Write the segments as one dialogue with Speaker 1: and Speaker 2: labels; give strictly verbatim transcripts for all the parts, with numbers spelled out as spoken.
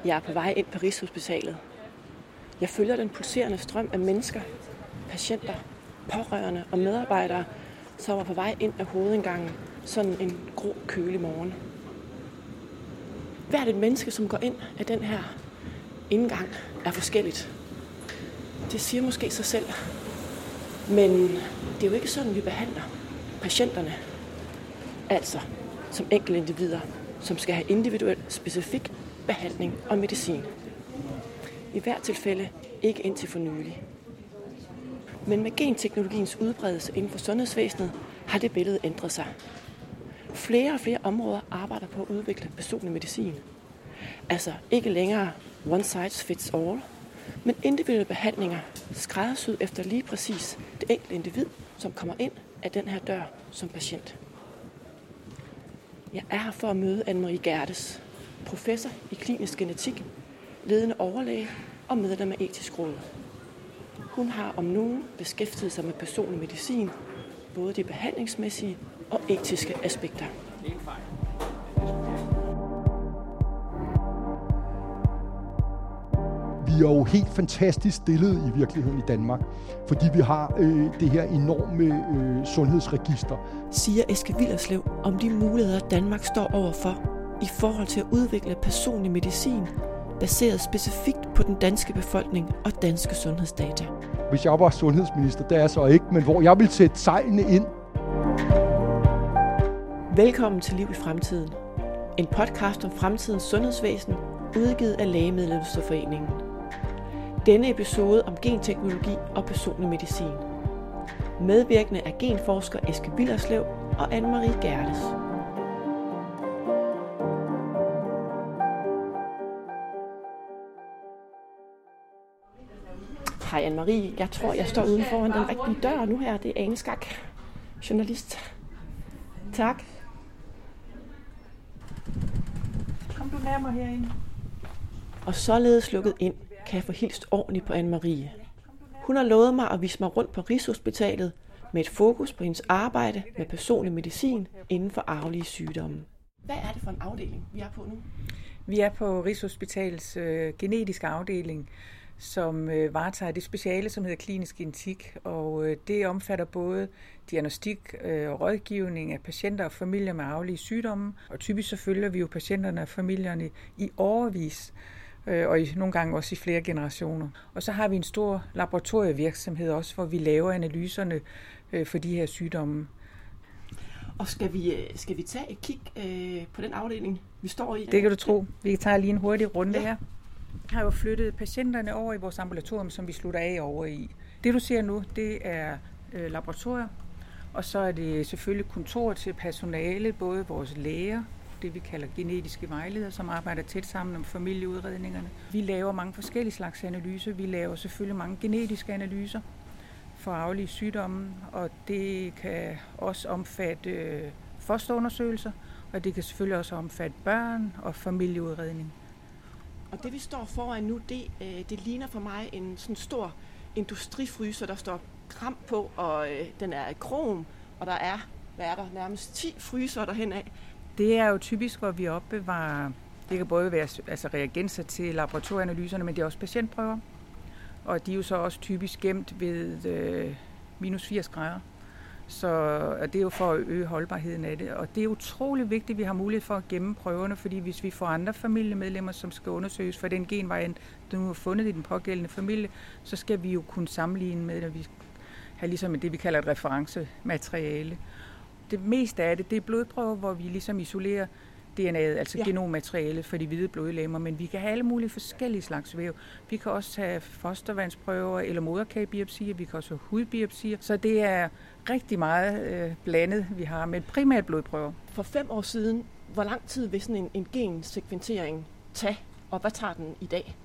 Speaker 1: Jeg er på vej ind på Rigshospitalet. Jeg følger den pulserende strøm af mennesker, patienter, pårørende og medarbejdere, som var på vej ind af hovedindgangen sådan en grå, kølig morgen. Hvert et menneske, som går ind af den her indgang, er forskelligt. Det siger måske sig selv. Men det er jo ikke sådan, vi behandler patienterne. Altså som enkelte individer, som skal have individuel, specifik behandling og medicin. I hvert tilfælde ikke indtil for nylig. Men med genteknologiens udbredelse inden for sundhedsvæsenet har det billede ændret sig. Flere og flere områder arbejder på at udvikle personlig medicin. Altså ikke længere one size fits all, men individuelle behandlinger skræddersyet efter lige præcis det enkelte individ, som kommer ind af den her dør som patient. Jeg er her for at møde Anne-Marie Gerdes, professor i klinisk genetik, ledende overlæge og medlem af Etisk Råd. Hun har om nogen beskæftiget sig med personlig medicin, både de behandlingsmæssige og etiske aspekter.
Speaker 2: Vi er jo helt fantastisk stillet i virkeligheden i Danmark, fordi vi har øh, det her enorme øh, sundhedsregister.
Speaker 1: Siger Eske Willerslev om de muligheder, Danmark står overfor i forhold til at udvikle personlig medicin, baseret specifikt på den danske befolkning og danske sundhedsdata.
Speaker 2: Hvis jeg var sundhedsminister, det er jeg så ikke, men hvor jeg vil sætte sejlene ind.
Speaker 1: Velkommen til Liv i Fremtiden. En podcast om fremtidens sundhedsvæsen, udgivet af Lægemiddelindustriforeningen. Denne episode om genteknologi og personlig medicin. Medvirkende er genforsker Eske Willerslev og Anne-Marie Gerdes. Hej Anne-Marie, jeg tror, jeg står uden foran den rigtige dør nu her. Det er Ane Skak, journalist. Tak.
Speaker 3: Kom du nærmere herinde.
Speaker 1: Og således lukket ind, kan jeg få hilst ordentligt på Anne-Marie. Hun har lovet mig at vise mig rundt på Rigshospitalet med et fokus på hendes arbejde med personlig medicin inden for arvelige sygdomme. Hvad er det for en afdeling, vi er på nu?
Speaker 3: Vi er på Rigshospitalets øh, genetiske afdeling, som øh, varetager det speciale, som hedder klinisk genetik, og øh, det omfatter både diagnostik øh, og rådgivning af patienter og familier med arvelige sygdomme, og typisk så følger vi jo patienterne og familierne i årevis, øh, og i, nogle gange også i flere generationer. Og så har vi en stor laboratorievirksomhed også, hvor vi laver analyserne øh, for de her sygdomme.
Speaker 1: Og skal vi, skal vi tage et kig øh, på den afdeling, vi står i?
Speaker 3: Det kan du tro. Vi tager lige en hurtig runde her. Jeg har jo flyttet patienterne over i vores ambulatorium, som vi slutter af over i. Det du ser nu, det er øh, laboratorier, og så er det selvfølgelig kontor til personale, både vores læger, det vi kalder genetiske vejledere, som arbejder tæt sammen om familieudredningerne. Vi laver mange forskellige slags analyser. Vi laver selvfølgelig mange genetiske analyser for arvelige sygdomme, og det kan også omfatte øh, fosterundersøgelser, og det kan selvfølgelig også omfatte børn og familieudredning.
Speaker 1: Og det vi står foran nu, det, øh, det ligner for mig en sådan stor industrifryser, der står Gram på, og øh, den er i krom, og der er, hvad er der, nærmest ti fryser derhen af.
Speaker 3: Det er jo typisk, hvor vi opbevarer, det kan både være altså reagenser til laboratorieanalyserne, men det er også patientprøver, og de er jo så også typisk gemt ved øh, minus firs grader. Så og det er jo for at øge holdbarheden af det. Og det er utrolig vigtigt, at vi har mulighed for at gemme prøverne, fordi hvis vi får andre familiemedlemmer, som skal undersøges for den genvariant, der nu er fundet i den pågældende familie, så skal vi jo kunne sammenligne med, at vi har ligesom det, vi kalder et referencemateriale. Det meste af det, det er blodprøver, hvor vi ligesom isolerer D N A'et, altså ja. Genommaterialet for de hvide blodlegemer, men vi kan have alle mulige forskellige slags væv. Vi kan også have fostervandsprøver eller moderkagebiopsier, vi kan også have hudbiopsier, så det er rigtig meget øh, blandet, vi har, med primært blodprøver.
Speaker 1: For fem år siden, hvor lang tid vil sådan en, en gensekventering tage, og hvad tager den i dag?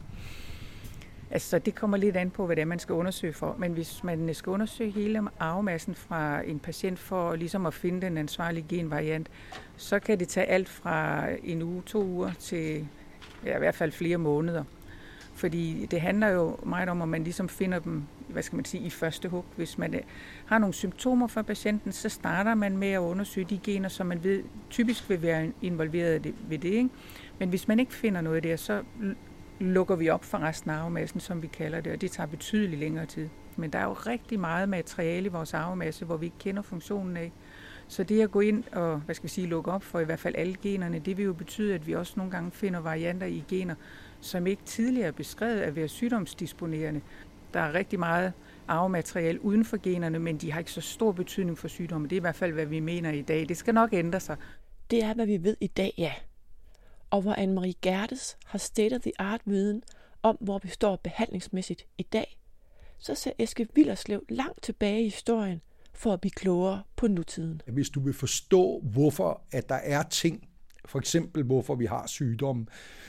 Speaker 3: Altså, det kommer lidt an på, hvad det er, man skal undersøge for. Men hvis man skal undersøge hele arvemassen fra en patient for ligesom at finde den ansvarlige genvariant, så kan det tage alt fra en uge, to uger til ja, i hvert fald flere måneder. Fordi det handler jo meget om, at man ligesom finder dem, hvad skal man sige, i første hug. Hvis man har nogle symptomer for patienten, så starter man med at undersøge de gener, som man ved typisk vil være involveret ved det, ikke? Men hvis man ikke finder noget der, så lukker vi op for resten af arvemassen, som vi kalder det, og det tager betydeligt længere tid. Men der er jo rigtig meget materiale i vores arvemasse, hvor vi ikke kender funktionen af. Så det at gå ind og, hvad skal vi sige, lukke op for i hvert fald alle generne, det vil jo betyde, at vi også nogle gange finder varianter i gener, som ikke tidligere er beskrevet at være sygdomsdisponerende. Der er rigtig meget arvemateriale uden for generne, men de har ikke så stor betydning for sygdomme. Det er i hvert fald, hvad vi mener i dag. Det skal nok ændre sig.
Speaker 1: Det er, hvad vi ved i dag, ja. Og hvor Anne-Marie Gerdes har state-of-the-art viden om, hvor vi står behandlingsmæssigt i dag, så ser Eske Willerslev langt tilbage i historien for at blive klogere på nutiden.
Speaker 2: Hvis du vil forstå, hvorfor at der er ting, for eksempel hvorfor vi har sygdomme,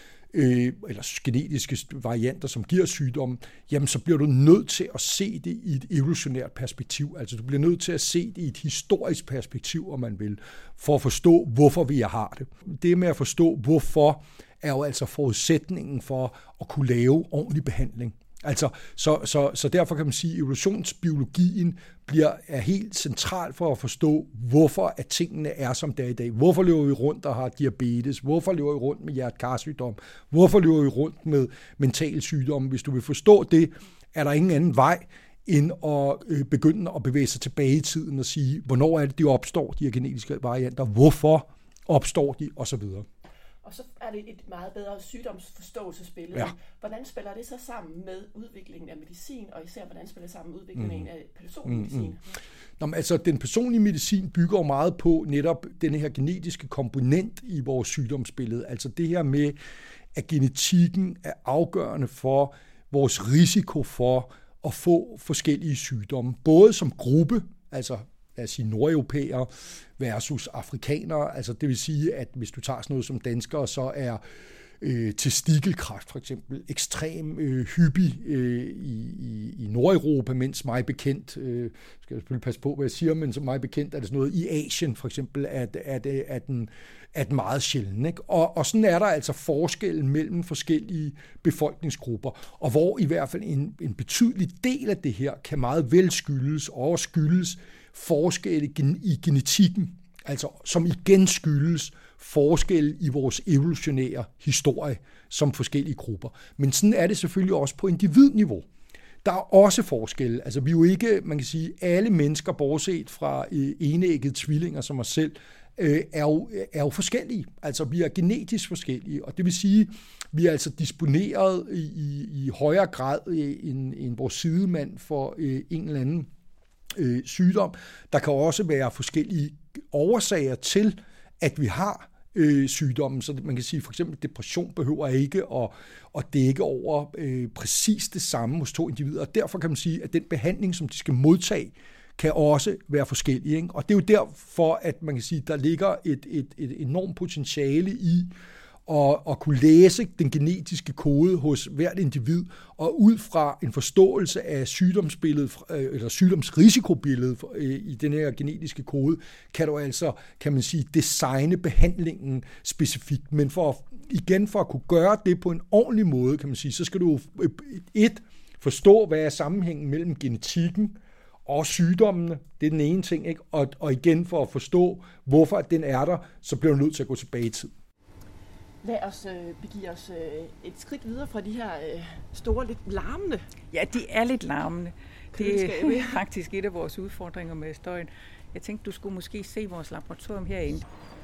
Speaker 2: øh, eller genetiske varianter, som giver sygdomme, jamen så bliver du nødt til at se det i et evolutionært perspektiv. Altså du bliver nødt til at se det i et historisk perspektiv, om man vil, for at forstå, hvorfor vi har det. Det med at forstå, hvorfor, er jo altså forudsætningen for at kunne lave ordentlig behandling. Altså, så, så, så derfor kan man sige, at evolutionsbiologien bliver, er helt central for at forstå, hvorfor at tingene er, som det er i dag. Hvorfor løber vi rundt og har diabetes? Hvorfor løber vi rundt med hjerte-karsygdom? Hvorfor løber vi rundt med mental sygdom? Hvis du vil forstå det, er der ingen anden vej end at begynde at bevæge sig tilbage i tiden og sige, hvornår er det, de opstår, de her genetiske varianter? Hvorfor opstår de? Og så videre.
Speaker 1: Og så er det et meget bedre sygdomsforståelsesbillede. Ja. Hvordan spiller det så sammen med udviklingen af medicin, og især hvordan spiller det sammen med udviklingen mm. af personlig medicin? Mm.
Speaker 2: Nå, men altså, den personlige medicin bygger jo meget på netop den her genetiske komponent i vores sygdomsbillede. Altså det her med, at genetikken er afgørende for vores risiko for at få forskellige sygdomme. Både som gruppe, altså lad os sige nordeuropæere versus afrikanere. Altså det vil sige, at hvis du tager sådan noget som danskere, så er øh, testikelkræft for eksempel ekstrem øh, hyppig øh, i, i, i Nordeuropa, mens mig bekendt, øh, skal jeg selvfølgelig passe på, hvad jeg siger, men som mig bekendt er det sådan noget i Asien for eksempel, at, at, at, at den er den meget sjælden. Ikke? Og, og sådan er der altså forskellen mellem forskellige befolkningsgrupper, og hvor i hvert fald en, en betydelig del af det her kan meget vel skyldes, og skyldes forskelle i genetikken, altså som igen skyldes forskelle i vores evolutionære historie som forskellige grupper. Men sådan er det selvfølgelig også på individniveau. Der er også forskelle. Altså vi er jo ikke, man kan sige, alle mennesker, bortset fra enæggede tvillinger som os selv, er jo, er jo forskellige. Altså vi er genetisk forskellige, og det vil sige, vi er altså disponeret i, i, i højere grad end, end vores sidemand for en eller anden øh, sygdom. Der kan også være forskellige årsager til, at vi har øh, sygdommen. Så man kan sige, for eksempel depression behøver ikke at, at dække over øh, præcis det samme hos to individer. Og derfor kan man sige, at den behandling, som de skal modtage, kan også være forskellige. Ikke? Og det er jo derfor, at man kan sige, at der ligger et, et, et enormt potentiale i at, at kunne læse den genetiske kode hos hvert individ, og ud fra en forståelse af sygdomsbilledet, eller sygdomsrisikobilledet i den her genetiske kode, kan du altså, kan man sige, designe behandlingen specifikt. Men for igen for at kunne gøre det på en ordentlig måde, kan man sige, så skal du et forstå, hvad er sammenhængen mellem genetikken og sygdommene, det er den ene ting, ikke? Og, og igen for at forstå, hvorfor den er der, så bliver du nødt til at gå tilbage i tid.
Speaker 1: Lad os øh, begive os øh, et skridt videre fra de her øh, store, lidt larmende.
Speaker 3: Ja, de er lidt larmende. Det er faktisk et af vores udfordringer med støjen. Jeg tænkte, du skulle måske se vores laboratorium herinde.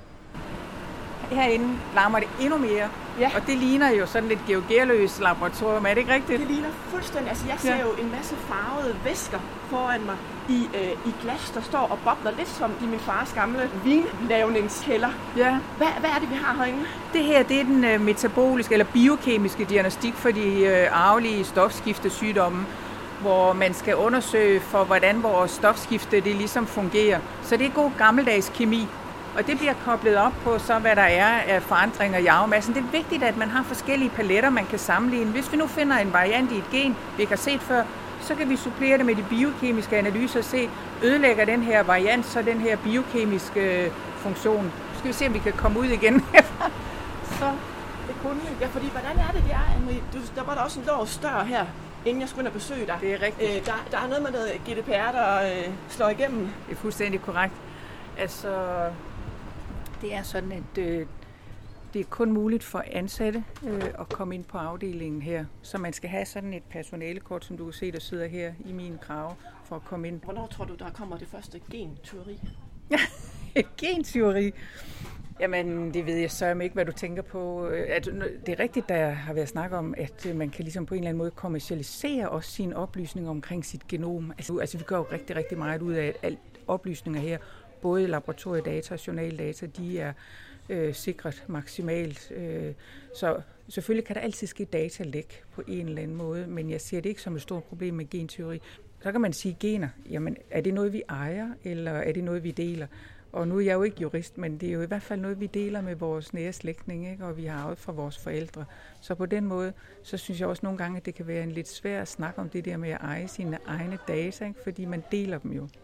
Speaker 3: Herinde larmer det endnu mere, ja. Og det ligner jo sådan lidt Georg Gearløs laboratorium, er det ikke rigtigt?
Speaker 1: Det ligner fuldstændig. Altså, jeg ser ja. jo en masse farvede væsker foran mig i, øh, i glas, der står og bobler lidt som i min fars gamle vinlavningskælder.
Speaker 3: Ja.
Speaker 1: Hvad, hvad er det, vi har herinde?
Speaker 3: Det her, det er den øh, metaboliske eller biokemiske diagnostik for de øh, arvelige stofskiftesygdomme, hvor man skal undersøge for, hvordan vores stofskifte det ligesom fungerer. Så det er god gammeldags kemi. Og det bliver koblet op på, så hvad der er af forandringer i arvemassen. Det er vigtigt, at man har forskellige paletter, man kan sammenligne. Hvis vi nu finder en variant i et gen, vi ikke har set før, så kan vi supplere det med de biokemiske analyser og se, ødelægger den her variant, så den her biokemiske funktion. Nu skal vi se, om vi kan komme ud igen.
Speaker 1: Så det kunne ja, fordi hvordan er det, det er, Anne-Marie? Der var der også en lov større her, inden jeg skulle ind og besøge dig.
Speaker 3: Det er rigtigt.
Speaker 1: Øh, der, der er noget med noget G D P R, der øh, slår igennem.
Speaker 3: Det er fuldstændig korrekt. Altså, det er sådan, at øh, Det er kun muligt for ansatte øh, at komme ind på afdelingen her. Så man skal have sådan et personalekort, som du kan se, der sidder her i min krave, for at komme ind.
Speaker 1: Hvornår tror du, der kommer det første gentyveri?
Speaker 3: Et gentyveri? Jamen, det ved jeg så ikke, hvad du tænker på. At det er rigtigt, der har været snak om, at man kan ligesom på en eller anden måde kommercialisere også sine oplysninger omkring sit genom. Altså, altså vi gør jo rigtig, rigtig meget ud af, at alle oplysninger her, både laboratoriedata og journaldata, de er øh, sikret maksimalt. Øh, så selvfølgelig kan der altid ske datalæk på en eller anden måde, men jeg ser det ikke som et stort problem med genteori. Så kan man sige gener. Jamen, er det noget, vi ejer, eller er det noget, vi deler? Og nu er jeg jo ikke jurist, men det er jo i hvert fald noget, vi deler med vores nære slægtninge, ikke? Og vi har arvet fra vores forældre. Så på den måde, så synes jeg også nogle gange, at det kan være en lidt svær snak om det der med at eje sine egne data, ikke? Fordi man deler dem jo.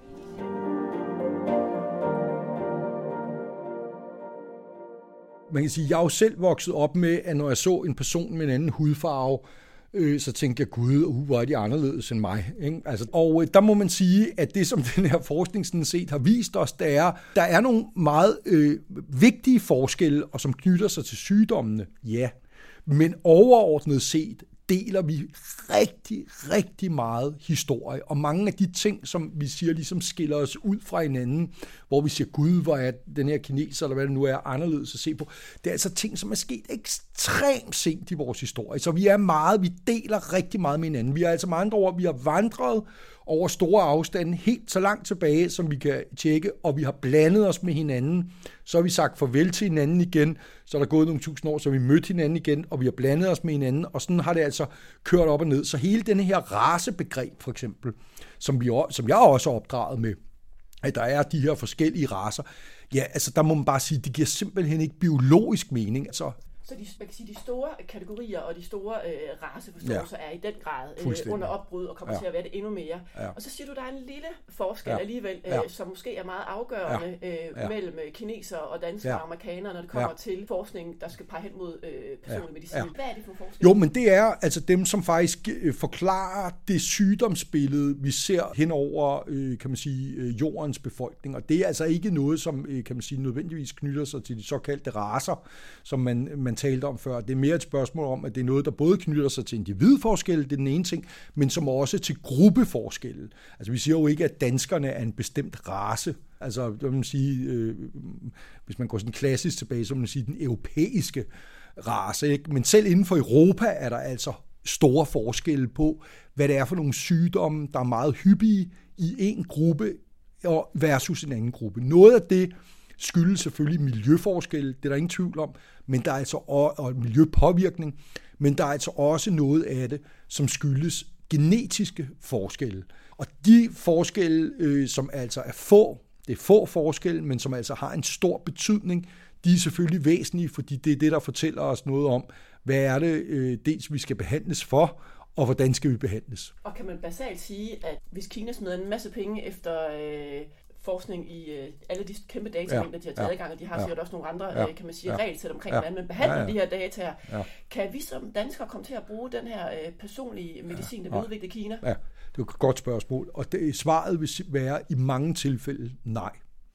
Speaker 2: Man kan sige, jeg er jo selv vokset op med, at når jeg så en person med en anden hudfarve, øh, så tænkte jeg, gud, uh, hvor er de anderledes end mig. Ikke? Altså, og øh, der må man sige, at det, som den her forskning sådan set har vist os, det er, der er nogle meget øh, vigtige forskelle, og som knytter sig til sygdommene, ja. Men overordnet set deler vi rigtig, rigtig meget historie, og mange af de ting, som vi siger, ligesom skiller os ud fra hinanden, hvor vi siger, gud, hvor er den her kineser, eller hvad det nu er, anderledes at se på, det er altså ting, som er sket ekstremt sent i vores historie, så vi er meget, vi deler rigtig meget med hinanden. Vi har altså med andre ord, vi har vandret over store afstande helt så langt tilbage, som vi kan tjekke, og vi har blandet os med hinanden. Så har vi sagt farvel til hinanden igen, så er der gået nogle tusind år, så vi mødte hinanden igen, og vi har blandet os med hinanden, og sådan har det altså kørt op og ned. Så hele denne her racebegreb, for eksempel, som, vi, som jeg også er opdraget med, at der er de her forskellige racer, ja, altså der må man bare sige, det giver simpelthen ikke biologisk mening. Altså,
Speaker 1: Så de, man kan sige, de store kategorier og de store øh, raceforståelser ja. er i den grad øh, under opbrud og kommer ja. til at være det endnu mere. Ja. Og så siger du, der er en lille forskel ja. alligevel, øh, ja. som måske er meget afgørende ja. Øh, ja. mellem kinesere og danskere ja. og amerikanere, når det kommer ja. til forskning, der skal pege hen mod øh, personlig ja. medicin. Ja. Hvad er det for forskel?
Speaker 2: Jo, men det er altså dem, som faktisk øh, forklarer det sygdomsbillede, vi ser hen over, øh, kan man sige, øh, jordens befolkning. Og det er altså ikke noget, som øh, kan man sige, nødvendigvis knytter sig til de såkaldte racer, som man, man talte om før. Det er mere et spørgsmål om, at det er noget, der både knytter sig til individforskelle, det er den ene ting, men som også til gruppeforskelle. Altså vi siger jo ikke, at danskerne er en bestemt race. Altså, det vil man sige, øh, hvis man går sådan klassisk tilbage, så vil man sige den europæiske race, ikke? Men selv inden for Europa er der altså store forskelle på, hvad det er for nogle sygdomme, der er meget hyppige i en gruppe versus en anden gruppe. Noget af det skyldes selvfølgelig miljøforskelle, det er der ingen tvivl om, men der er altså og, og miljøpåvirkning, men der er altså også noget af det, som skyldes genetiske forskelle. Og de forskelle, øh, som altså er få, det er få forskelle, men som altså har en stor betydning, de er selvfølgelig væsentlige, fordi det er det, der fortæller os noget om, hvad er det øh, dels, vi skal behandles for, og hvordan skal vi behandles.
Speaker 1: Og kan man basalt sige, at hvis Kina smider en masse penge efter øh, forskning i øh, alle de kæmpe datamængder, de har taget i gang, og de har sikkert ja. også nogle andre, ja. øh, kan man sige, ja. regelsæt omkring, ja. hvordan man behandler ja, ja. de her data. Ja. Kan vi som danskere komme til at bruge den her øh, personlige medicin, der ja. vil udvikle Kina?
Speaker 2: Ja, det er et godt spørgsmål. Og det, svaret vil være i mange tilfælde nej.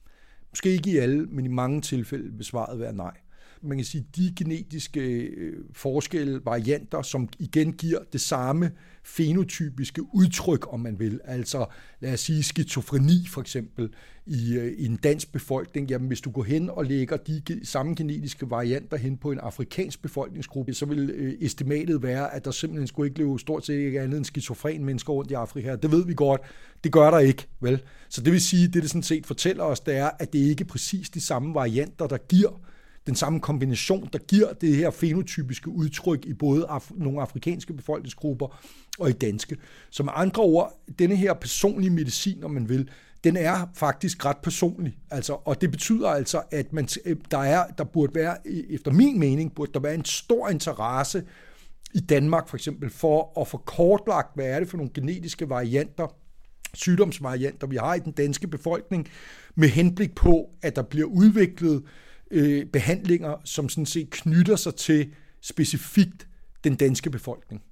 Speaker 2: Måske ikke i alle, men i mange tilfælde vil svaret være nej. Man kan sige, de genetiske øh, forskelle, varianter, som igen giver det samme fenotypiske udtryk, om man vil. Altså, lad os sige, skizofreni for eksempel i, øh, i en dansk befolkning. Jamen, hvis du går hen og lægger de samme genetiske varianter hen på en afrikansk befolkningsgruppe, så vil øh, estimatet være, at der simpelthen skulle ikke leve stort set ikke andet end skizofren mennesker rundt i Afrika. Det ved vi godt. Det gør der ikke, vel? Så det vil sige, det det sådan set fortæller os, det er, at det ikke er præcis de samme varianter, der giver den samme kombination, der giver det her fenotypiske udtryk i både af nogle afrikanske befolkningsgrupper og i danske. Så med andre ord, denne her personlige medicin, om man vil, den er faktisk ret personlig. Altså, og det betyder altså, at man, der, er, der burde være, efter min mening, burde der være en stor interesse i Danmark for eksempel, for at få kortlagt, hvad er det for nogle genetiske varianter, sygdomsvarianter, vi har i den danske befolkning, med henblik på, at der bliver udviklet Øh, behandlinger, som sådan set knytter sig til specifikt den danske befolkning.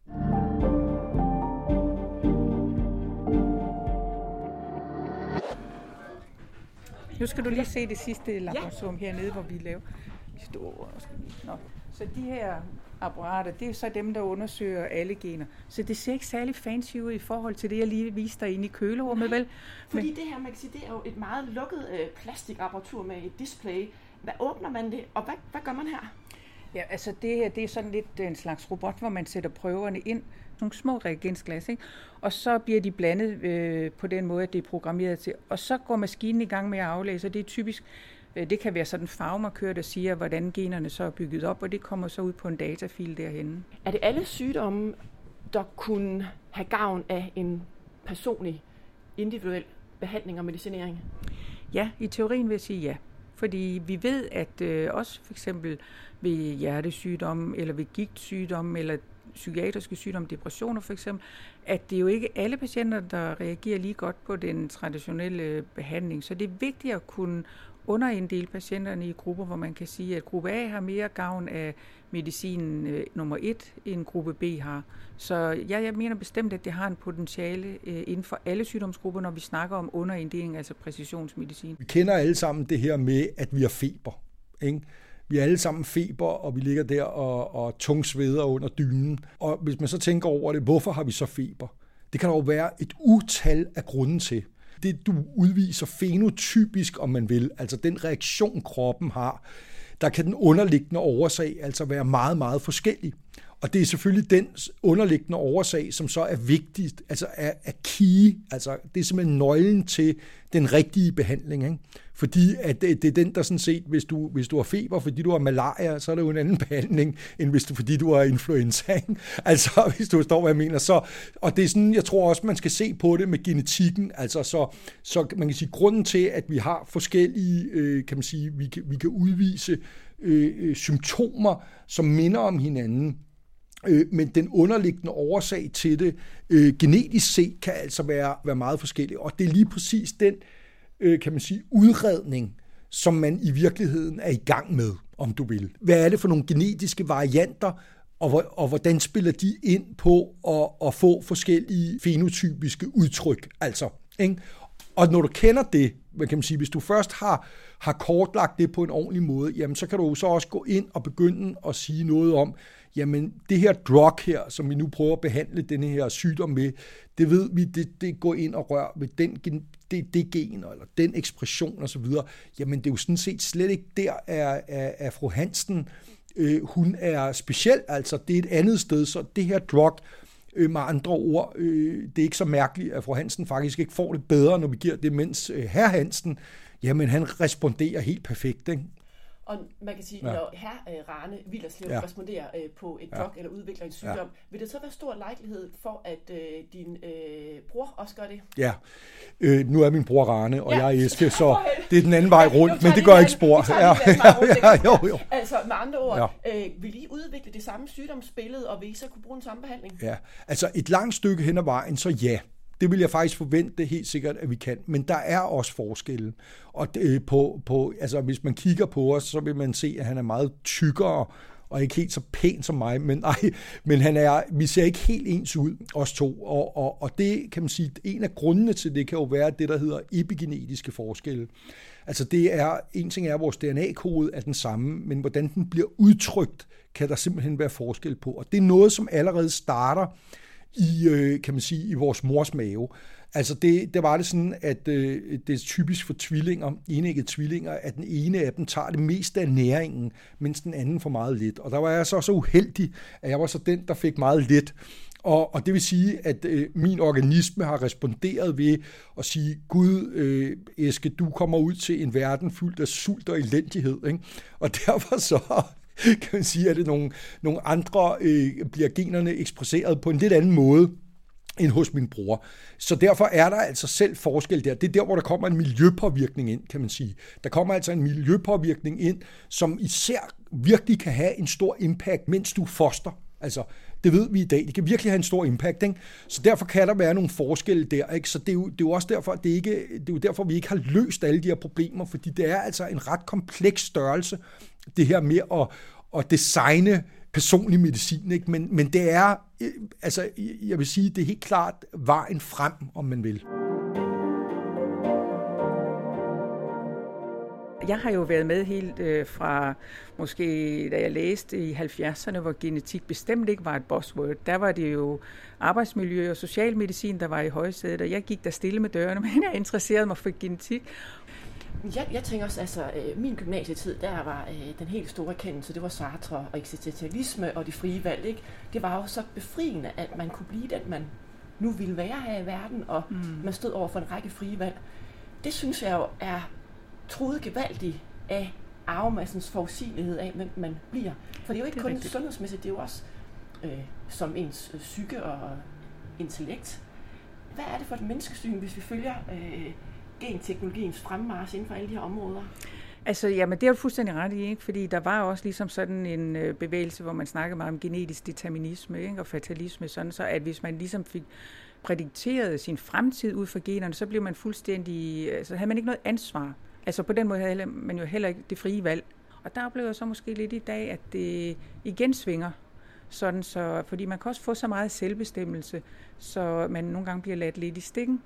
Speaker 3: Nu skal du lige se det sidste laboratorium ja. hernede, hvor vi laver. lige stå over. Nå. Så de her apparater, det er så dem, der undersøger alle gener. Så det ser ikke særlig fancy ud i forhold til det, jeg lige viste dig inde i kølerummet, vel?
Speaker 1: Fordi Men... det her, man kan sige, det er jo et meget lukket øh, plastikapparatur med et display. Hvad åbner man det, og hvad, hvad gør man her?
Speaker 3: Ja, altså det her, det er sådan lidt en slags robot, hvor man sætter prøverne ind, nogle små reagensglas, ikke? Og så bliver de blandet øh, på den måde, at det er programmeret til. Og så går maskinen i gang med at aflæse, og det er typisk, øh, det kan være sådan en farvemarkør, der siger, hvordan generne så er bygget op, og det kommer så ud på en datafil derhenne.
Speaker 1: Er det alle sygdomme, der kunne have gavn af en personlig, individuel behandling og medicinering?
Speaker 3: Ja, i teorien vil jeg sige ja. Fordi vi ved, at øh, også for eksempel ved hjertesygdomme, eller ved gigtsygdomme, eller psykiatriske sygdomme, depressioner for eksempel, at det er jo ikke alle patienter, der reagerer lige godt på den traditionelle behandling. Så det er vigtigt at kunne underinddele patienterne i grupper, hvor man kan sige, at gruppe A har mere gavn af medicinen øh, nummer et, end gruppe B har. Så ja, jeg mener bestemt, at det har en potentiale øh, inden for alle sygdomsgrupper, når vi snakker om underinddeling, altså præcisionsmedicin.
Speaker 2: Vi kender alle sammen det her med, at vi har feber, ikke? Vi har alle sammen feber, og vi ligger der og, og tungsveder under dynen. Og hvis man så tænker over det, hvorfor har vi så feber? Det kan der jo være et utal af grunden til. Det, du udviser fenotypisk, om man vil, altså den reaktion, kroppen har, der kan den underliggende årsag altså være meget, meget forskellig. Og det er selvfølgelig den underliggende årsag, som så er vigtigst, altså er, er key, altså det er simpelthen nøglen til den rigtige behandling, ikke? Fordi at det, det er den, der sådan set, hvis du, hvis du har feber, fordi du har malaria, så er det jo en anden behandling, end hvis du, fordi du har influenza, ikke? Altså, hvis du forstår, hvad jeg mener. Så, og det er sådan, jeg tror også, man skal se på det med genetikken, altså så, så man kan sige, grunden til, at vi har forskellige, øh, kan man sige, vi kan, vi kan udvise øh, symptomer, som minder om hinanden, Øh, men den underliggende årsag til det, øh, genetisk set, kan altså være, være meget forskellig. Og det er lige præcis den, øh, kan man sige, udredning, som man i virkeligheden er i gang med, om du vil. Hvad er det for nogle genetiske varianter, og, og hvordan spiller de ind på at, at få forskellige fenotypiske udtryk? Altså, ikke? Og når du kender det, hvad kan man sige, hvis du først har, har kortlagt det på en ordentlig måde, jamen så kan du så også gå ind og begynde at sige noget om, jamen det her drug her, som vi nu prøver at behandle denne her sygdom med, det ved vi, det, det går ind og rører ved den, det, det gen, eller den ekspression osv. Jamen det er jo sådan set slet ikke der, er, er, er fru Hansen, øh, hun er speciel, altså det er et andet sted, så det her drug, øh, med andre ord, øh, det er ikke så mærkeligt, at fru Hansen faktisk ikke får det bedre, når vi giver det, mens øh, herr Hansen, jamen han responderer helt perfekt, ikke?
Speaker 1: Og man kan sige, ja. Når herr øh, Rane Willerslev ja. responderer øh, på et drug ja. eller udvikler en sygdom, ja. vil det så være stor lejlighed for, at øh, din øh, bror også gør det?
Speaker 2: Ja, øh, nu er min bror Rane, og ja. jeg er Eske, så det er den anden vej rundt, men det gør ikke spor.
Speaker 1: Ja, ja,
Speaker 2: ja, jo, jo.
Speaker 1: Altså med andre ord, ja. øh, vil I udvikle det samme sygdomsbillede, og vil I så kunne bruge den samme behandling? Ja,
Speaker 2: altså et langt stykke hen ad vejen, så ja. Det vil jeg faktisk forvente helt sikkert, at vi kan. Men der er også forskelle. Og øh, på, på, altså, hvis man kigger på os, så vil man se, at han er meget tykkere og ikke helt så pæn som mig. Men, ej, men han er, vi ser ikke helt ens ud, os to. Og, og, og det kan man sige, en af grundene til det kan jo være det, der hedder epigenetiske forskelle. Altså det er, en ting er, at vores D N A-kode er den samme, men hvordan den bliver udtrykt, kan der simpelthen være forskel på. Og det er noget, som allerede starter i, kan man sige, i vores mors mave. Altså det, det var det sådan, at øh, det er typisk for tvillinger, enæggede tvillinger, at den ene af dem tager det meste af næringen, mens den anden får meget lidt. Og der var jeg så så uheldig, at jeg var så den, der fik meget lidt. Og, og det vil sige, at øh, min organisme har responderet ved at sige, Gud, øh, Eske, du kommer ud til en verden fyldt af sult og elendighed, ikke? Og derfor så kan man sige, at det nogle, nogle andre øh, bliver generne ekspresseret på en lidt anden måde end hos min bror. Så derfor er der altså selv forskel der. Det er der, hvor der kommer en miljøpåvirkning ind, kan man sige. Der kommer altså en miljøpåvirkning ind, som især virkelig kan have en stor impact, mens du foster. Altså, det ved vi i dag. Det kan virkelig have en stor impact, ikke? Så derfor kan der være nogle forskelle der, ikke? Så det er jo, det er jo også derfor, at det ikke, det er jo derfor, vi ikke har løst alle de her problemer, fordi det er altså en ret kompleks størrelse, det her med at, at designe personlig medicin, ikke? Men, men det er, altså, jeg vil sige, det er helt klart vejen frem, om man vil.
Speaker 3: Jeg har jo været med helt øh, fra, måske da jeg læste i halvfjerdserne, hvor genetik bestemt ikke var et buzzword. Der var det jo arbejdsmiljø og socialmedicin, der var i højsædet, og jeg gik der stille med dørene, men jeg interesserede mig for genetik.
Speaker 1: Jeg, jeg tænker også, altså øh, min gymnasietid, der var øh, den helt store erkendelse, det var Sartre og eksistentialisme og det frie valg, ikke? Det var jo så befriende, at man kunne blive den, man nu ville være her i verden, og mm. man stod over for en række frie valg. Det synes jeg jo er truet gevaldigt af arvemassens forudsigelighed af, hvem man bliver. For det er jo ikke det er kun rigtigt. Sundhedsmæssigt, det er jo også øh, som ens øh, psyke og intellekt. Hvad er det for et menneskesyn, hvis vi følger øh, genteknologiens fremmarch inden for alle de her områder?
Speaker 3: Altså, jamen, det er jo fuldstændig ret i, ikke? Fordi der var også ligesom sådan en øh, bevægelse, hvor man snakkede meget om genetisk determinisme, ikke? Og fatalisme, sådan så, at hvis man ligesom fik prædikteret sin fremtid ud fra generne, så blev man fuldstændig, altså havde man ikke noget ansvar. Altså på den måde havde man jo heller ikke det frie valg. Og der oplever jeg så måske lidt i dag, at det igen svinger, sådan så, fordi man kan også få så meget selvbestemmelse, så man nogle gange bliver ladt lidt i stikken.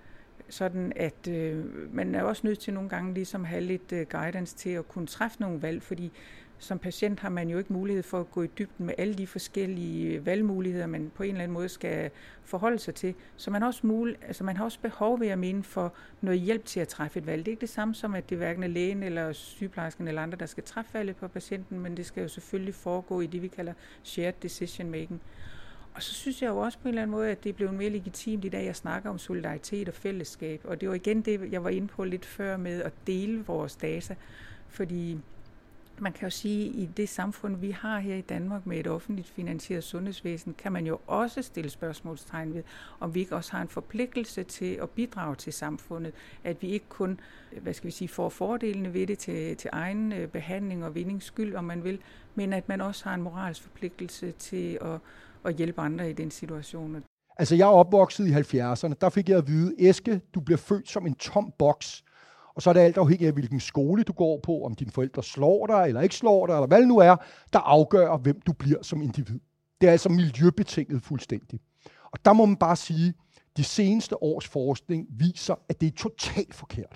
Speaker 3: Sådan at øh, man er også nødt til nogle gange ligesom have lidt øh, guidance til at kunne træffe nogle valg, fordi som patient har man jo ikke mulighed for at gå i dybden med alle de forskellige valgmuligheder, man på en eller anden måde skal forholde sig til. Så man har også, mul- altså man har også behov ved at mene for noget hjælp til at træffe et valg. Det er ikke det samme som, at det hverken er lægen eller sygeplejersken eller andre, der skal træffe valget på patienten, men det skal jo selvfølgelig foregå i det, vi kalder shared decision making. Og så synes jeg jo også på en eller anden måde, at det er blevet mere legitimt i dag, at snakke om solidaritet og fællesskab. Og det var igen det, jeg var inde på lidt før med at dele vores data. Fordi man kan jo sige, at i det samfund, vi har her i Danmark med et offentligt finansieret sundhedsvæsen, kan man jo også stille spørgsmålstegn ved, om vi ikke også har en forpligtelse til at bidrage til samfundet. At vi ikke kun, hvad skal vi sige, får fordelene ved det til, til egen behandling og vindings skyld, om man vil, men at man også har en moralsk forpligtelse til at og hjælpe andre i den situation.
Speaker 2: Altså, jeg er opvokset i halvfjerdserne. Der fik jeg at vide, Eske, du bliver født som en tom boks. Og så er det alt afhængigt af, hvilken skole du går på, om dine forældre slår dig eller ikke slår dig, eller hvad det nu er, der afgør, hvem du bliver som individ. Det er altså miljøbetinget fuldstændig. Og der må man bare sige, at de seneste års forskning viser, at det er totalt forkert.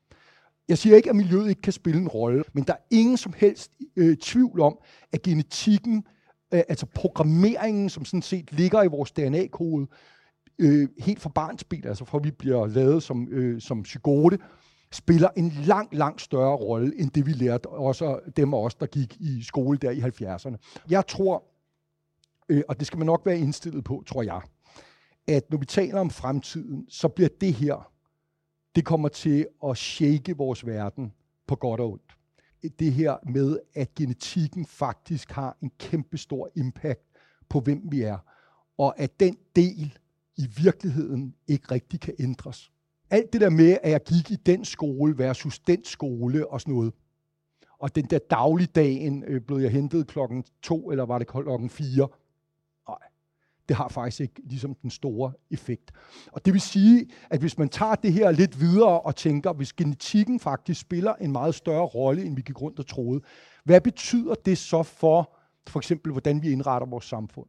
Speaker 2: Jeg siger ikke, at miljøet ikke kan spille en rolle, men der er ingen som helst øh, tvivl om, at genetikken, altså programmeringen, som sådan set ligger i vores D N A-kode, øh, helt fra barnsben, altså fra vi bliver lavet som, øh, som zygote, spiller en langt, langt større rolle, end det vi lærte, også dem af os, der gik i skole der i halvfjerdserne. Jeg tror, øh, og det skal man nok være indstillet på, tror jeg, at når vi taler om fremtiden, så bliver det her, det kommer til at shake vores verden på godt og ondt. Det her med, at genetikken faktisk har en kæmpe stor impact på, hvem vi er, og at den del i virkeligheden ikke rigtig kan ændres. Alt det der med, at jeg gik i den skole versus den skole og sådan noget, og den der dagligdagen øh, blev jeg hentet klokken to, eller var det klokken fire? Nej, det har faktisk ikke ligesom den store effekt. Og det vil sige, at hvis man tager det her lidt videre og tænker, hvis genetikken faktisk spiller en meget større rolle, end vi gik rundt og troede, hvad betyder det så for, for eksempel, hvordan vi indretter vores samfund?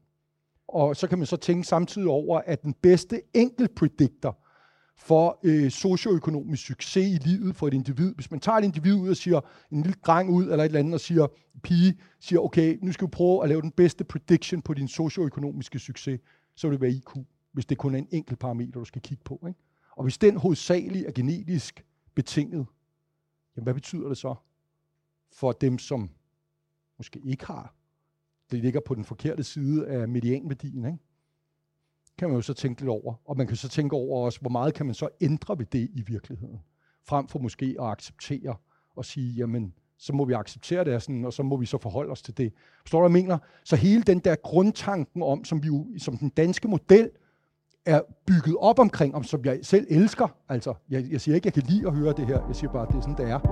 Speaker 2: Og så kan man så tænke samtidig over, at den bedste enkeltprediktor for øh, socioøkonomisk succes i livet for et individ, hvis man tager et individ ud og siger, en lille dreng ud eller et eller andet, og siger, pige, siger, okay, nu skal vi prøve at lave den bedste prediction på din socioøkonomiske succes, så vil det være I Q, hvis det kun er en enkelt parameter, du skal kigge på, ikke? Og hvis den hovedsageligt er genetisk betinget, jamen hvad betyder det så for dem, som måske ikke har? Det ligger på den forkerte side af medianværdien, ikke? Kan man jo så tænke lidt over. Og man kan så tænke over også, hvor meget kan man så ændre ved det i virkeligheden, frem for måske at acceptere og sige, jamen, så må vi acceptere det, sådan, og så må vi så forholde os til det. Forstår du, hvad jeg mener? Så hele den der grundtanken om, som vi jo, som den danske model er bygget op omkring, om som jeg selv elsker. Altså, jeg, jeg siger ikke, jeg kan lide at høre det her. Jeg siger bare, at det er sådan, det er.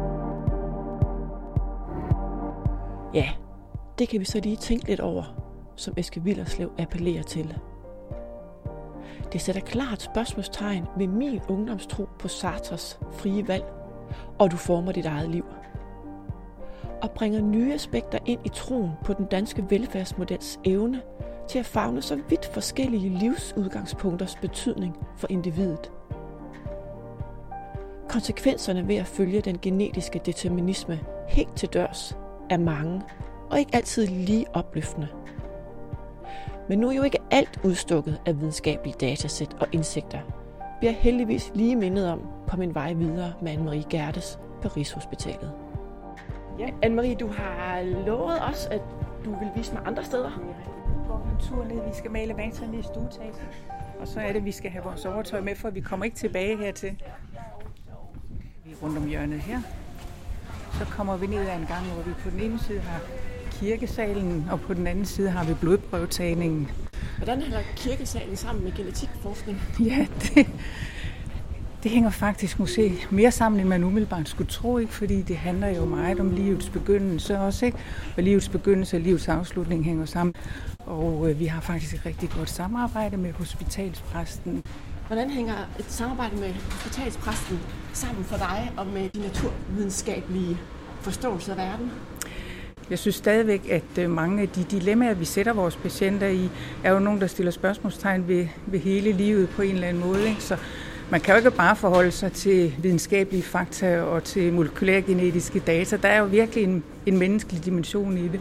Speaker 1: Ja, det kan vi så lige tænke lidt over, som Eske Willerslev appellerer til. Det sætter klart spørgsmålstegn ved min ungdomstro på Sartres frie valg, og du former dit eget liv. Og bringer nye aspekter ind i troen på den danske velfærdsmodels evne til at favne så vidt forskellige livsudgangspunkters betydning for individet. konsekvenserne ved at følge den genetiske determinisme helt til dørs er mange og ikke altid lige opløftende. Men nu er jo ikke alt udstukket af videnskabelige datasæt og indsigter. Vi er heldigvis lige mindet om på min vej videre med Anne-Marie Gerdes på Rigshospitalet. Ja, Anne-Marie, du har lovet os, at du vil vise mig andre steder.
Speaker 3: Vi går en tur ned. Vi skal male vandtræerne i stueetagen. Og så er det, at vi skal have vores overtøj med, for vi kommer ikke tilbage hertil. Vi er rundt om hjørnet her. Så kommer vi ned ad en gang, hvor vi på den ene side har kirkesalen, og på den anden side har vi blodprøvetagningen.
Speaker 1: Hvordan hænger kirkesalen sammen med genetikforskning?
Speaker 3: Ja, det, det hænger faktisk måske mere sammen, end man umiddelbart skulle tro, ikke? Fordi det handler jo meget om livets begyndelse også, ikke? Og livets begyndelse og livets afslutning hænger sammen. Og øh, vi har faktisk et rigtig godt samarbejde med hospitalspræsten.
Speaker 1: Hvordan hænger et samarbejde med hospitalspræsten sammen for dig og med de naturvidenskabelige forståelser af verden?
Speaker 3: Jeg synes stadigvæk, at mange af de dilemmaer, vi sætter vores patienter i, er jo nogen, der stiller spørgsmålstegn ved, ved hele livet på en eller anden måde. Ikke? Så man kan jo ikke bare forholde sig til videnskabelige fakta og til molekylærgenetiske data. Der er jo virkelig en, en menneskelig dimension i det.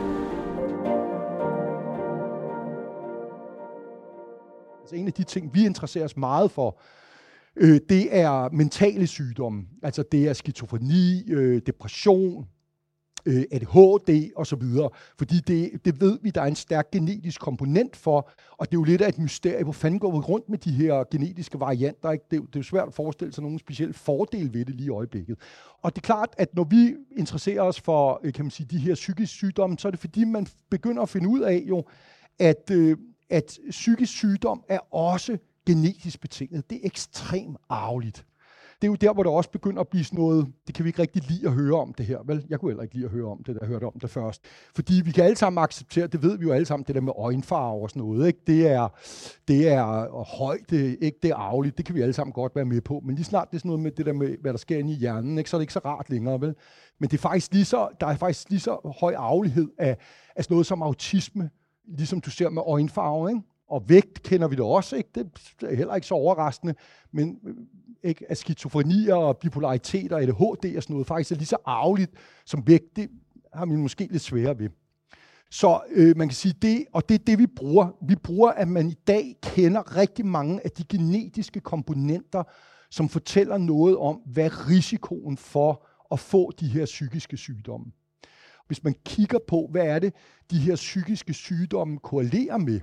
Speaker 2: Altså en af de ting, vi interesserer os meget for, øh, det er mentale sygdomme. Altså det er skizofreni, øh, depression, øh, A D H D osv. Fordi det, det ved vi, der er en stærk genetisk komponent for, og det er jo lidt af et mysterie, hvor fanden går vi rundt med de her genetiske varianter. Ikke? Det, er, det er jo svært at forestille sig nogen speciel fordel ved det lige i øjeblikket. Og det er klart, at når vi interesserer os for kan man sige, de her psykiske sygdomme, så er det fordi, man begynder at finde ud af, jo, at øh, at psykisk sygdom er også genetisk betinget. Det er ekstremt arveligt. Det er jo der, hvor der også begynder at blive sådan noget, det kan vi ikke rigtig lide at høre om det her, vel? Jeg kunne heller ikke lide at høre om det, da jeg hørte om det først. Fordi vi kan alle sammen acceptere, det ved vi jo alle sammen, det der med øjenfarve og sådan noget, ikke? Det er, det er højde, ikke? Det er arveligt, det kan vi alle sammen godt være med på. Men lige snart det er sådan noget med det der med, hvad der sker inde i hjernen, ikke? Så er det ikke så rart længere, vel? Men det er faktisk lige så, der er faktisk lige så høj arvelighed af, af sådan noget som autisme, ligesom du ser med øjenfarve, ikke? Og vægt kender vi det også, ikke? Det er heller ikke så overraskende, men ikke, at skizofrenier og bipolaritet og A D H D og sådan noget faktisk er lige så arveligt som vægt, det har vi måske lidt sværere ved. Så øh, man kan sige det, og det er det, vi bruger. Vi bruger, at man i dag kender rigtig mange af de genetiske komponenter, som fortæller noget om, hvad risikoen for at få de her psykiske sygdomme. Hvis man kigger på, hvad er det, de her psykiske sygdomme korrelerer med,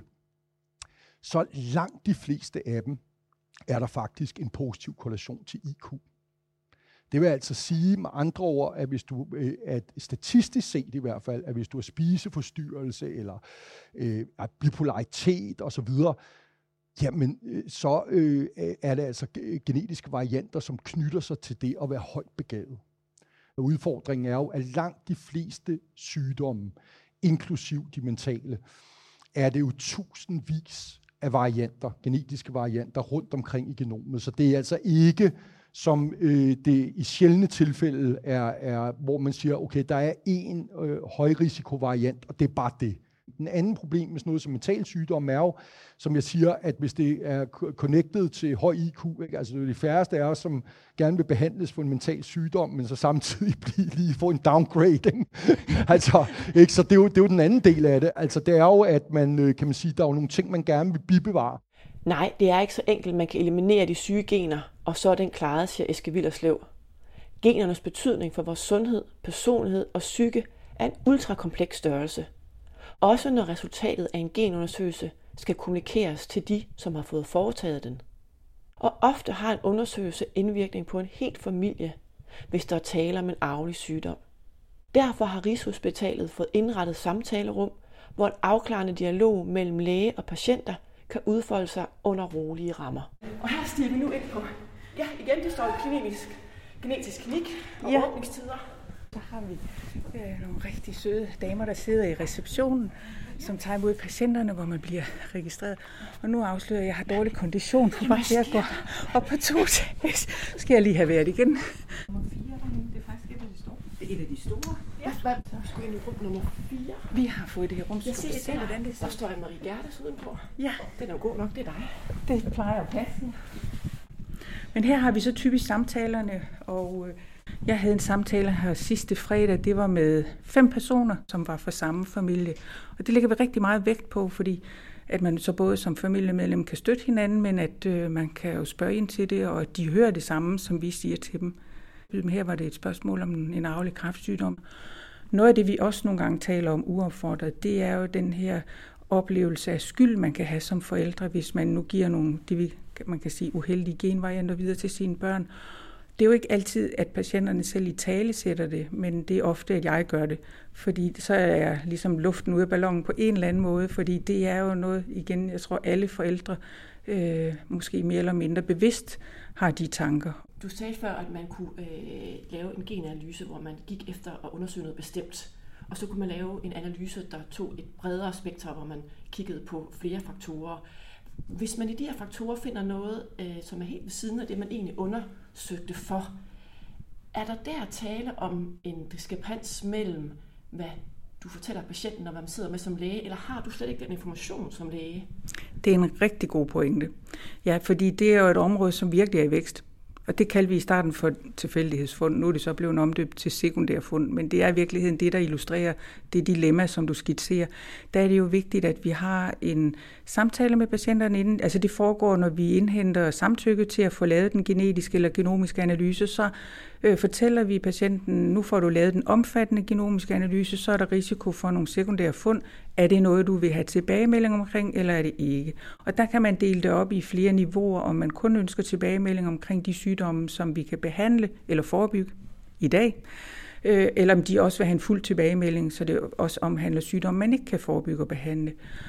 Speaker 2: så langt de fleste af dem er der faktisk en positiv korrelation til I Q. Det vil altså sige med andre ord, at hvis du, at statistisk set i hvert fald, at hvis du har spiseforstyrrelse eller øh, bipolaritet osv., jamen så øh, er det altså genetiske varianter, som knytter sig til det at være højt begavet. Udfordringen er jo, at langt de fleste sygdomme, inklusiv de mentale, er det jo tusindvis af varianter, genetiske varianter rundt omkring i genomet. Så det er altså ikke, som øh, det i sjældne tilfælde er, er, hvor man siger, okay, der er én øh, højrisikovariant, og det er bare det. Den anden problem med sådan noget som mental sygdom er jo, som jeg siger, at hvis det er connected til høj I Q, ikke? Altså det er de færreste af os, som gerne vil behandles for en mental sygdom, men så samtidig blive, lige få en downgrading. altså, ikke? Så det er, jo, det er jo den anden del af det. Altså det er jo, at man kan man sige, der er jo nogle ting, man gerne vil bibevare.
Speaker 1: Nej, det er ikke så enkelt, man kan eliminere de syge gener, og så er den klaret, siger Eske Willerslev. Genernes betydning for vores sundhed, personlighed og psyke er en ultrakompleks størrelse. Også når resultatet af en genundersøgelse skal kommunikeres til de, som har fået foretaget den. Og ofte har en undersøgelse indvirkning på en hel familie, hvis der er tale om en arvelig sygdom. Derfor har Rigshospitalet fået indrettet samtalerum, hvor en afklarende dialog mellem læge og patienter kan udfolde sig under rolige rammer. Og her stiger vi nu ind på, ja igen, det står i klinisk genetisk klinik og ja. Åbningstider.
Speaker 3: Så har vi øh, nogle rigtig søde damer, der sidder i receptionen, som tager imod patienterne, hvor man bliver registreret. Og nu afslører jeg, at jeg har dårlig kondition. For bare det at gå op på to tages, skal jeg lige have været igen. Nummer fire, det er faktisk et af de store. Det er et af de store.
Speaker 1: Ja, hvad? Så skal vi ind i rum nummer fire.
Speaker 3: Vi har fået det her rum, så
Speaker 1: jeg
Speaker 3: skal vi se, hvordan det ser.
Speaker 1: Der står Anne-Marie Gerdes udenpå.
Speaker 3: Ja.
Speaker 1: Den er jo god nok, det er dig.
Speaker 3: Det plejer at passe. Men her har vi så typisk samtalerne, og jeg havde en samtale her sidste fredag, det var med fem personer, som var fra samme familie. Og det lægger vi rigtig meget vægt på, fordi at man så både som familiemedlem kan støtte hinanden, men at øh, man kan jo spørge ind til det, og at de hører det samme, som vi siger til dem. Her var det et spørgsmål om en arvelig kræftsygdom. Noget af det, vi også nogle gange taler om uopfordret, det er jo den her oplevelse af skyld, man kan have som forældre, hvis man nu giver nogle, det man kan sige, uheldige genvarianter videre til sine børn. Det er jo ikke altid, at patienterne selv i tale sætter det, men det er ofte, at jeg gør det. Fordi så er jeg ligesom luften ude af ballonen på en eller anden måde, fordi det er jo noget, igen, jeg tror alle forældre, øh, måske mere eller mindre bevidst, har de tanker.
Speaker 1: Du sagde før, at man kunne øh, lave en genanalyse, hvor man gik efter at undersøge noget bestemt. Og så kunne man lave en analyse, der tog et bredere spektrum, hvor man kiggede på flere faktorer. Hvis man i de her faktorer finder noget, øh, som er helt ved siden af det, man egentlig undersøgte for, er der der tale om en diskrepans mellem, hvad du fortæller patienten, når man sidder med som læge, eller har du slet ikke den information som læge?
Speaker 3: Det er en rigtig god pointe. Ja, fordi det er jo et område, som virkelig er i vækst. Og det kaldte vi i starten for tilfældighedsfund. Nu er det så blevet omdøbt til sekundærfund, men det er i virkeligheden det, der illustrerer det dilemma, som du skitserer. Der er det jo vigtigt, at vi har en samtale med patienterne inden. Altså det foregår, når vi indhenter samtykke til at få lavet den genetiske eller genomiske analyse, så øh, fortæller vi patienten, nu får du lavet den omfattende genomiske analyse, så er der risiko for nogle sekundære fund. Er det noget, du vil have tilbagemelding omkring, eller er det ikke? Og der kan man dele det op i flere niveauer, om man kun ønsker tilbagemelding omkring de sygdomme, som vi kan behandle eller forebygge i dag, øh, eller om de også vil have en fuld tilbagemelding, så det også omhandler sygdomme, man ikke kan forebygge og behandle.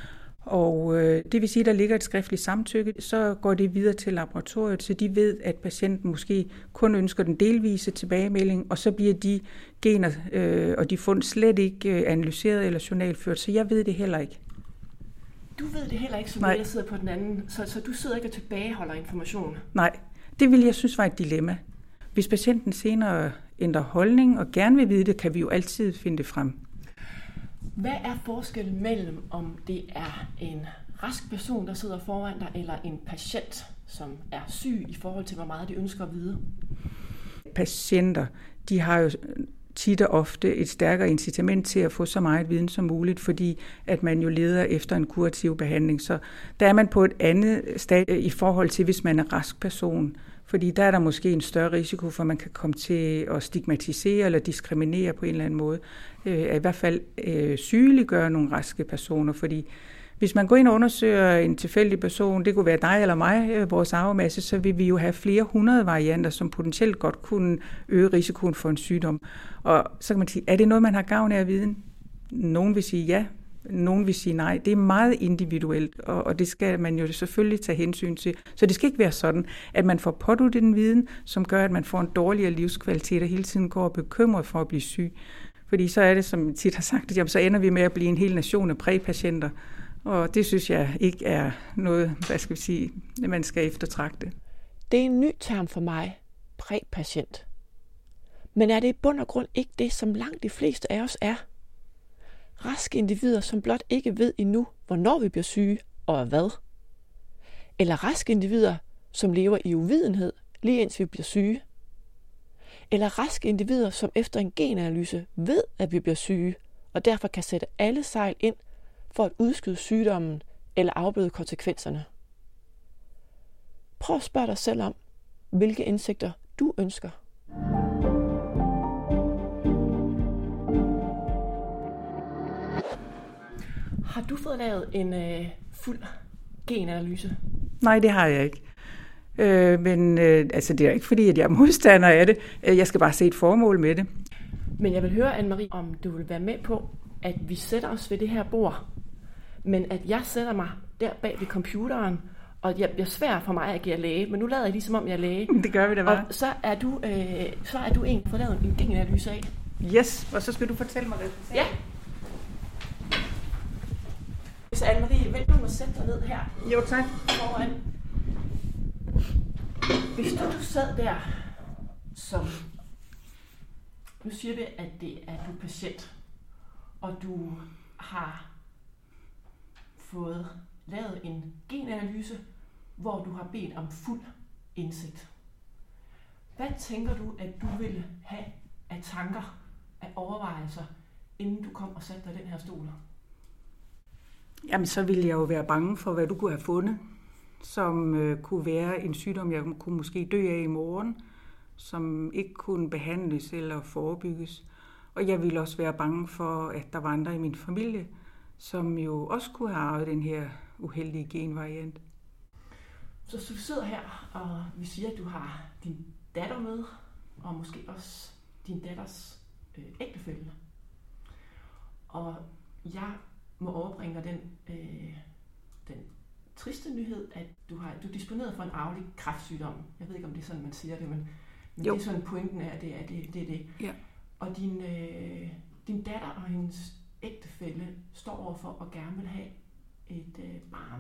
Speaker 3: Og øh, det vil sige, at der ligger et skriftligt samtykke, så går det videre til laboratoriet, så de ved, at patienten måske kun ønsker den delvise tilbagemelding, og så bliver de gener øh, og de fund slet ikke øh, analyseret eller journalført, så jeg ved det heller ikke.
Speaker 1: Du ved det heller ikke, som jeg sidder på den anden, så, så du sidder ikke og tilbageholder information?
Speaker 3: Nej, det ville jeg synes var et dilemma. Hvis patienten senere ændrer holdning og gerne vil vide det, kan vi jo altid finde det frem.
Speaker 1: Hvad er forskellen mellem, om det er en rask person, der sidder foran dig, eller en patient, som er syg, i forhold til, hvor meget de ønsker at vide?
Speaker 3: Patienter, de har jo tit og ofte et stærkere incitament til at få så meget viden som muligt, fordi at man jo leder efter en kurativ behandling. Så der er man på et andet stadie i forhold til, hvis man er rask person. Fordi der er der måske en større risiko for, at man kan komme til at stigmatisere eller diskriminere på en eller anden måde. I hvert fald øh, sygeliggøre nogle raske personer, fordi hvis man går ind og undersøger en tilfældig person, det kunne være dig eller mig, vores arvemasse, så vil vi jo have flere hundrede varianter, som potentielt godt kunne øge risikoen for en sygdom. Og så kan man sige, er det noget, man har gavn af at vide? Nogen vil sige ja, nogen vil sige nej. Det er meget individuelt, og det skal man jo selvfølgelig tage hensyn til. Så det skal ikke være sådan, at man får påduttet en viden, som gør, at man får en dårligere livskvalitet og hele tiden går og bekymret for at blive syg. Fordi så er det, som jeg tit har sagt, at jamen, så ender vi med at blive en hel nation af præpatienter. Og det synes jeg ikke er noget, hvad skal vi sige, man skal eftertragte.
Speaker 1: Det er en ny term for mig, præpatient. Men er det i bund og grund ikke det, som langt de fleste af os er? Raske individer, som blot ikke ved endnu, hvornår vi bliver syge og af hvad? Eller raske individer, som lever i uvidenhed, lige indtil vi bliver syge? Eller raske individer, som efter en genanalyse ved, at vi bliver syge, og derfor kan sætte alle sejl ind for at udskyde sygdommen eller afbøde konsekvenserne? Prøv at spørge dig selv om, hvilke indsigter du ønsker. Har du fået lavet en øh, fuld genanalyse?
Speaker 3: Nej, det har jeg ikke. Øh, men øh, altså, det er ikke fordi, at jeg er modstander af det. Jeg skal bare se et formål med det.
Speaker 1: Men jeg vil høre, Anne-Marie, om du vil være med på, at vi sætter os ved det her bord, men at jeg sætter mig der bag ved computeren, og det bliver svært for mig at agere læge, men nu lader jeg ligesom om, jeg er læge.
Speaker 3: Det gør vi da bare.
Speaker 1: Og så er du, øh, så er du en, der får lavet en genanalyse af.
Speaker 3: Yes, og så skal du fortælle mig det.
Speaker 1: Ja. Så Anne-Marie, velkommen at sætte dig ned her.
Speaker 3: Jo, tak.
Speaker 1: Foran. Hvis du, du sad der som... Nu siger vi, at det er du er patient, og du har fået lavet en genanalyse, hvor du har bedt om fuld indsigt. Hvad tænker du, at du ville have af tanker, af overvejelser, inden du kom og satte dig i den her stol?
Speaker 3: Jamen, så ville jeg jo være bange for, hvad du kunne have fundet, som øh, kunne være en sygdom, jeg kunne måske dø af i morgen, som ikke kunne behandles eller forebygges. Og jeg ville også være bange for, at der var andre i min familie, som jo også kunne have arvet den her uheldige genvariant.
Speaker 1: Så du sidder her, og vi siger, at du har din datter med, og måske også din datters øh, ægtefælle. Og jeg må overbringe dig den, øh, den triste nyhed, at du har du er disponeret for en arvelig kræftsygdom. Jeg ved ikke, om det er sådan, man siger det, men, men det er sådan, pointen er, at det er det. det, er det.
Speaker 3: Ja.
Speaker 1: Og din, øh, din datter og hendes ægtefælle står overfor og gerne vil have et øh, barn.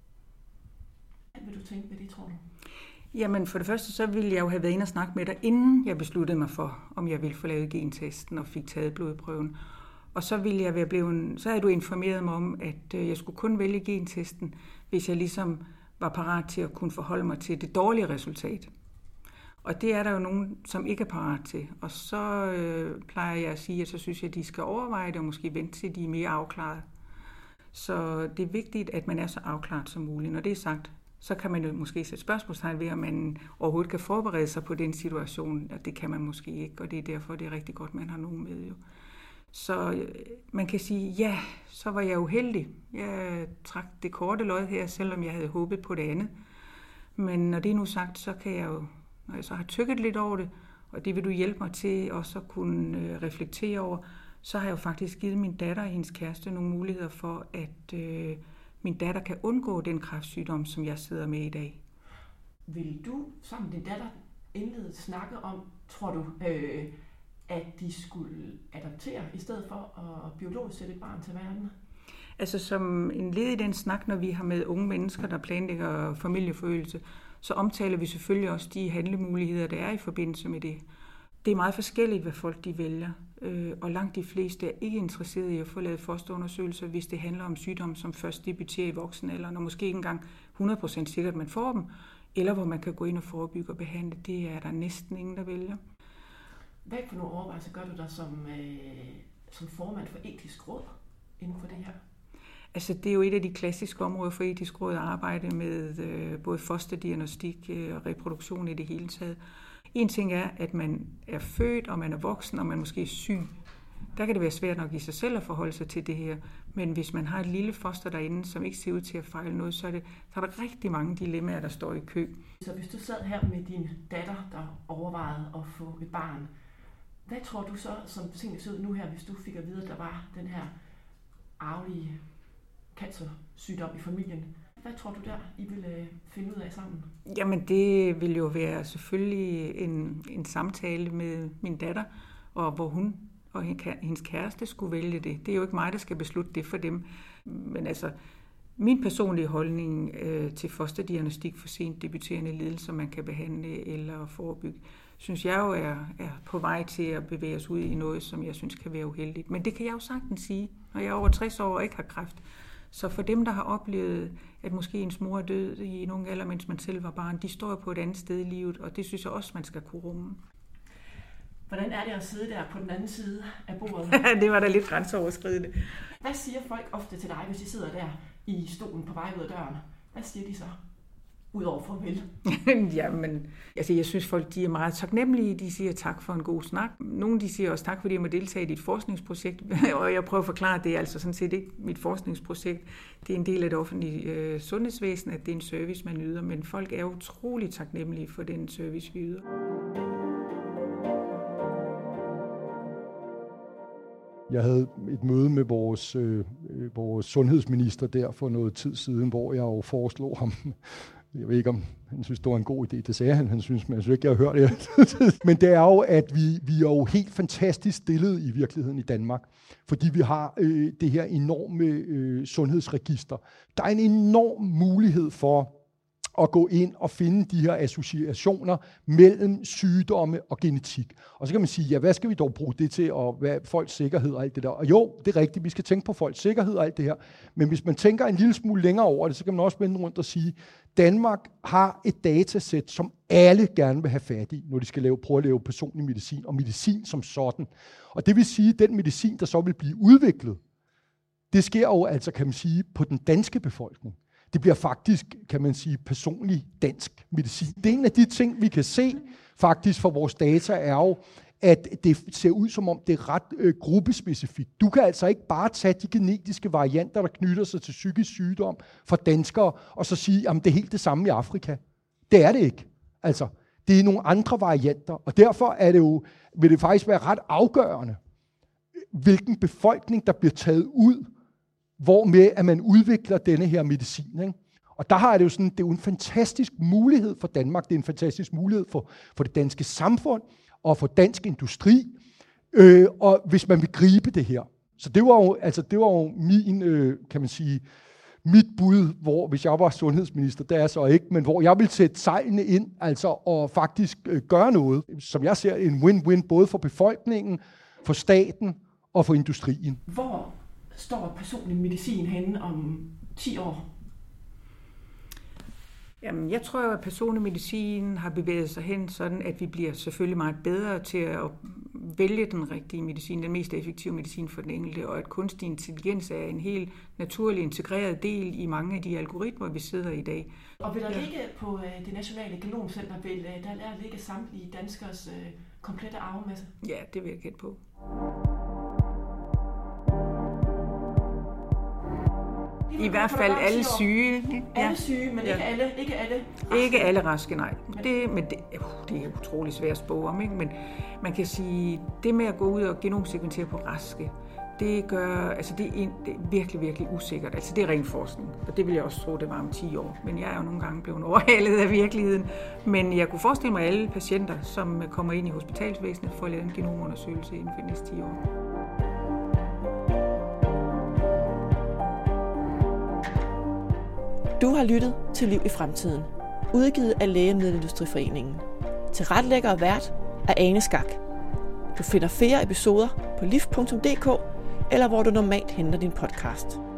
Speaker 1: Hvad vil du tænke ved det, tror du?
Speaker 3: Jamen for det første, så ville jeg jo have været inde og snakke med dig, inden jeg besluttede mig for, om jeg ville få lavet gentesten og fik taget blodprøven. Og så ville jeg være blevet, så havde du informeret mig om, at jeg skulle kun vælge gentesten, hvis jeg ligesom var parat til at kunne forholde mig til det dårlige resultat. Og det er der jo nogen, som ikke er parat til. Og så øh, plejer jeg at sige, at så synes jeg, at de skal overveje det og måske vente til, de er mere afklaret. Så det er vigtigt, at man er så afklaret som muligt. Når det er sagt, så kan man jo måske sætte spørgsmålstegn ved, om man overhovedet kan forberede sig på den situation. Og det kan man måske ikke, og det er derfor, det er rigtig godt, at man har nogen med jo. Så man kan sige, ja, så var jeg uheldig. Jeg trak det korte lod her, selvom jeg havde håbet på det andet. Men når det er nu sagt, så kan jeg jo, når jeg så har tykket lidt over det, og det vil du hjælpe mig til også at kunne reflektere over, så har jeg jo faktisk givet min datter og hendes kæreste nogle muligheder for, at øh, min datter kan undgå den kræftsygdom, som jeg sidder med i dag.
Speaker 1: Vil du sammen med din datter indlede snakke om, tror du, øh, at de skulle adoptere i stedet for at biologisk sætte et barn til verden?
Speaker 3: Altså som en led i den snak, når vi har med unge mennesker, der planlægger familieforøgelse, så omtaler vi selvfølgelig også de handlemuligheder, der er i forbindelse med det. Det er meget forskelligt, hvad folk de vælger, og langt de fleste er ikke interesserede i at få lavet fosterundersøgelser, hvis det handler om sygdomme, som først debuterer i voksenalderen, og måske ikke engang hundrede procent sikkert, man får dem, eller hvor man kan gå ind og forebygge og behandle. Det er der næsten ingen, der vælger.
Speaker 1: Hvad for nogle overvejelser gør du der som, øh, som formand for etisk råd inden for det her?
Speaker 3: Altså, det er jo et af de klassiske områder for etisk råd at arbejde med øh, både fosterdiagnostik øh, og reproduktion i det hele taget. En ting er, at man er født, og man er voksen, og man måske er syg. Der kan det være svært nok i sig selv at forholde sig til det her. Men hvis man har et lille foster derinde, som ikke ser ud til at fejle noget, så er, det, så er der rigtig mange dilemmaer, der står i kø.
Speaker 1: Så hvis du sad her med din datter, der overvejede at få et barn, hvad tror du så, som tingene ser ud nu her, hvis du fik at vide, at der var den her arvelige cancersygdom i familien? Hvad tror du der, I ville finde ud af sammen?
Speaker 3: Jamen det vil jo være selvfølgelig en, en samtale med min datter, og hvor hun og hendes kæreste skulle vælge det. Det er jo ikke mig, der skal beslutte det for dem. Men altså, min personlige holdning øh, til fosterdiagnostik for sent debuterende lidelser, man kan behandle eller forebygge, synes jeg jo er, er på vej til at bevæge os ud i noget, som jeg synes kan være uheldigt. Men det kan jeg jo sagtens sige, når jeg er over tres år og ikke har kræft. Så for dem, der har oplevet, at måske ens mor er død i en ung alder, mens man selv var barn, de står på et andet sted i livet, og det synes jeg også, man skal kunne rumme.
Speaker 1: Hvordan er det at sidde der på den anden side af bordet?
Speaker 3: Det var da lidt grænseoverskridende.
Speaker 1: Hvad siger folk ofte til dig, hvis de sidder der i stolen på vej ud af døren? Hvad siger de så? Udover farvel.
Speaker 3: Jamen, altså jeg synes folk, de er meget taknemmelige. De siger tak for en god snak. Nogle de siger også tak, fordi jeg må deltage i dit forskningsprojekt. Og jeg prøver at forklare, at det er altså sådan set ikke mit forskningsprojekt. Det er en del af det offentlige øh, sundhedsvæsen, at det er en service, man yder. Men folk er utrolig taknemmelige for den service, vi yder.
Speaker 2: Jeg havde et møde med vores, øh, vores sundhedsminister der for noget tid siden, hvor jeg jo foreslog ham, jeg ved ikke om han synes, det var en god idé, det sagde han, han synes, men jeg synes ikke, jeg har hørt det. Men det er jo, at vi, vi er jo helt fantastisk stillet i virkeligheden i Danmark, fordi vi har øh, det her enorme øh, sundhedsregister. Der er en enorm mulighed for at gå ind og finde de her associationer mellem sygdomme og genetik. Og så kan man sige, ja, hvad skal vi dog bruge det til, og hvad folks sikkerhed og alt det der? Og jo, det er rigtigt, vi skal tænke på folks sikkerhed og alt det her. Men hvis man tænker en lille smule længere over det, så kan man også vende rundt og sige, Danmark har et datasæt, som alle gerne vil have fat i, når de skal lave, prøve at lave personlig medicin, og medicin som sådan. Og det vil sige, at den medicin, der så vil blive udviklet, det sker jo altså, kan man sige, på den danske befolkning. Det bliver faktisk, kan man sige, personlig dansk medicin. Det er en af de ting, vi kan se faktisk for vores data, er jo, at det ser ud som om, det er ret øh, gruppespecifikt. Du kan altså ikke bare tage de genetiske varianter, der knytter sig til psykisk sygdom for danskere, og så sige, at det er helt det samme i Afrika. Det er det ikke. Altså, det er nogle andre varianter, og derfor er det jo, vil det faktisk være ret afgørende, hvilken befolkning, der bliver taget ud, hvor med at man udvikler denne her medicin. Ikke? Og der har det jo sådan, det er jo en fantastisk mulighed for Danmark, det er en fantastisk mulighed for, for det danske samfund og for dansk industri, øh, og hvis man vil gribe det her. Så det var jo, altså det var jo min, øh, kan man sige, mit bud, hvor hvis jeg var sundhedsminister, det er så ikke, men hvor jeg vil sætte sejlene ind, altså og faktisk øh, gøre noget, som jeg ser en win-win både for befolkningen, for staten og for industrien.
Speaker 1: Hvor står personlig medicin henne om ti år?
Speaker 3: Jamen, jeg tror jo, at personlig medicin har bevæget sig hen sådan, at vi bliver selvfølgelig meget bedre til at vælge den rigtige medicin, den mest effektive medicin for den enkelte, og at kunstig intelligens er en helt naturlig integreret del i mange af de algoritmer, vi sidder i dag.
Speaker 1: Og vil der ligge på det nationale genomcenter, vil der ligge samtlige danskers komplette arvemasse?
Speaker 3: Ja, det vil jeg gætte på. I hvert fald alle syge.
Speaker 1: Ja. Alle syge, men ja. ikke alle, ikke alle raske.
Speaker 3: Ikke alle raske, nej. Det, men det, uh, det er utroligt svært at spå om, ikke? Men man kan sige, det med at gå ud og genomsekventere på raske, det gør, altså det er, en, det er virkelig, virkelig usikkert. Altså det er ren forskning, og det vil jeg også tro, det var om ti år. Men jeg er jo nogle gange blevet overhalet af virkeligheden. Men jeg kunne forestille mig, at alle patienter, som kommer ind i hospitalsvæsenet, får lavet en genomundersøgelse inden for de næste ti år.
Speaker 1: Du har lyttet til Liv i fremtiden, udgivet af Lægemiddelindustriforeningen. Tilrettelægger og vært er Ane Skak. Du finder flere episoder på liv punktum d k eller hvor du normalt henter din podcast.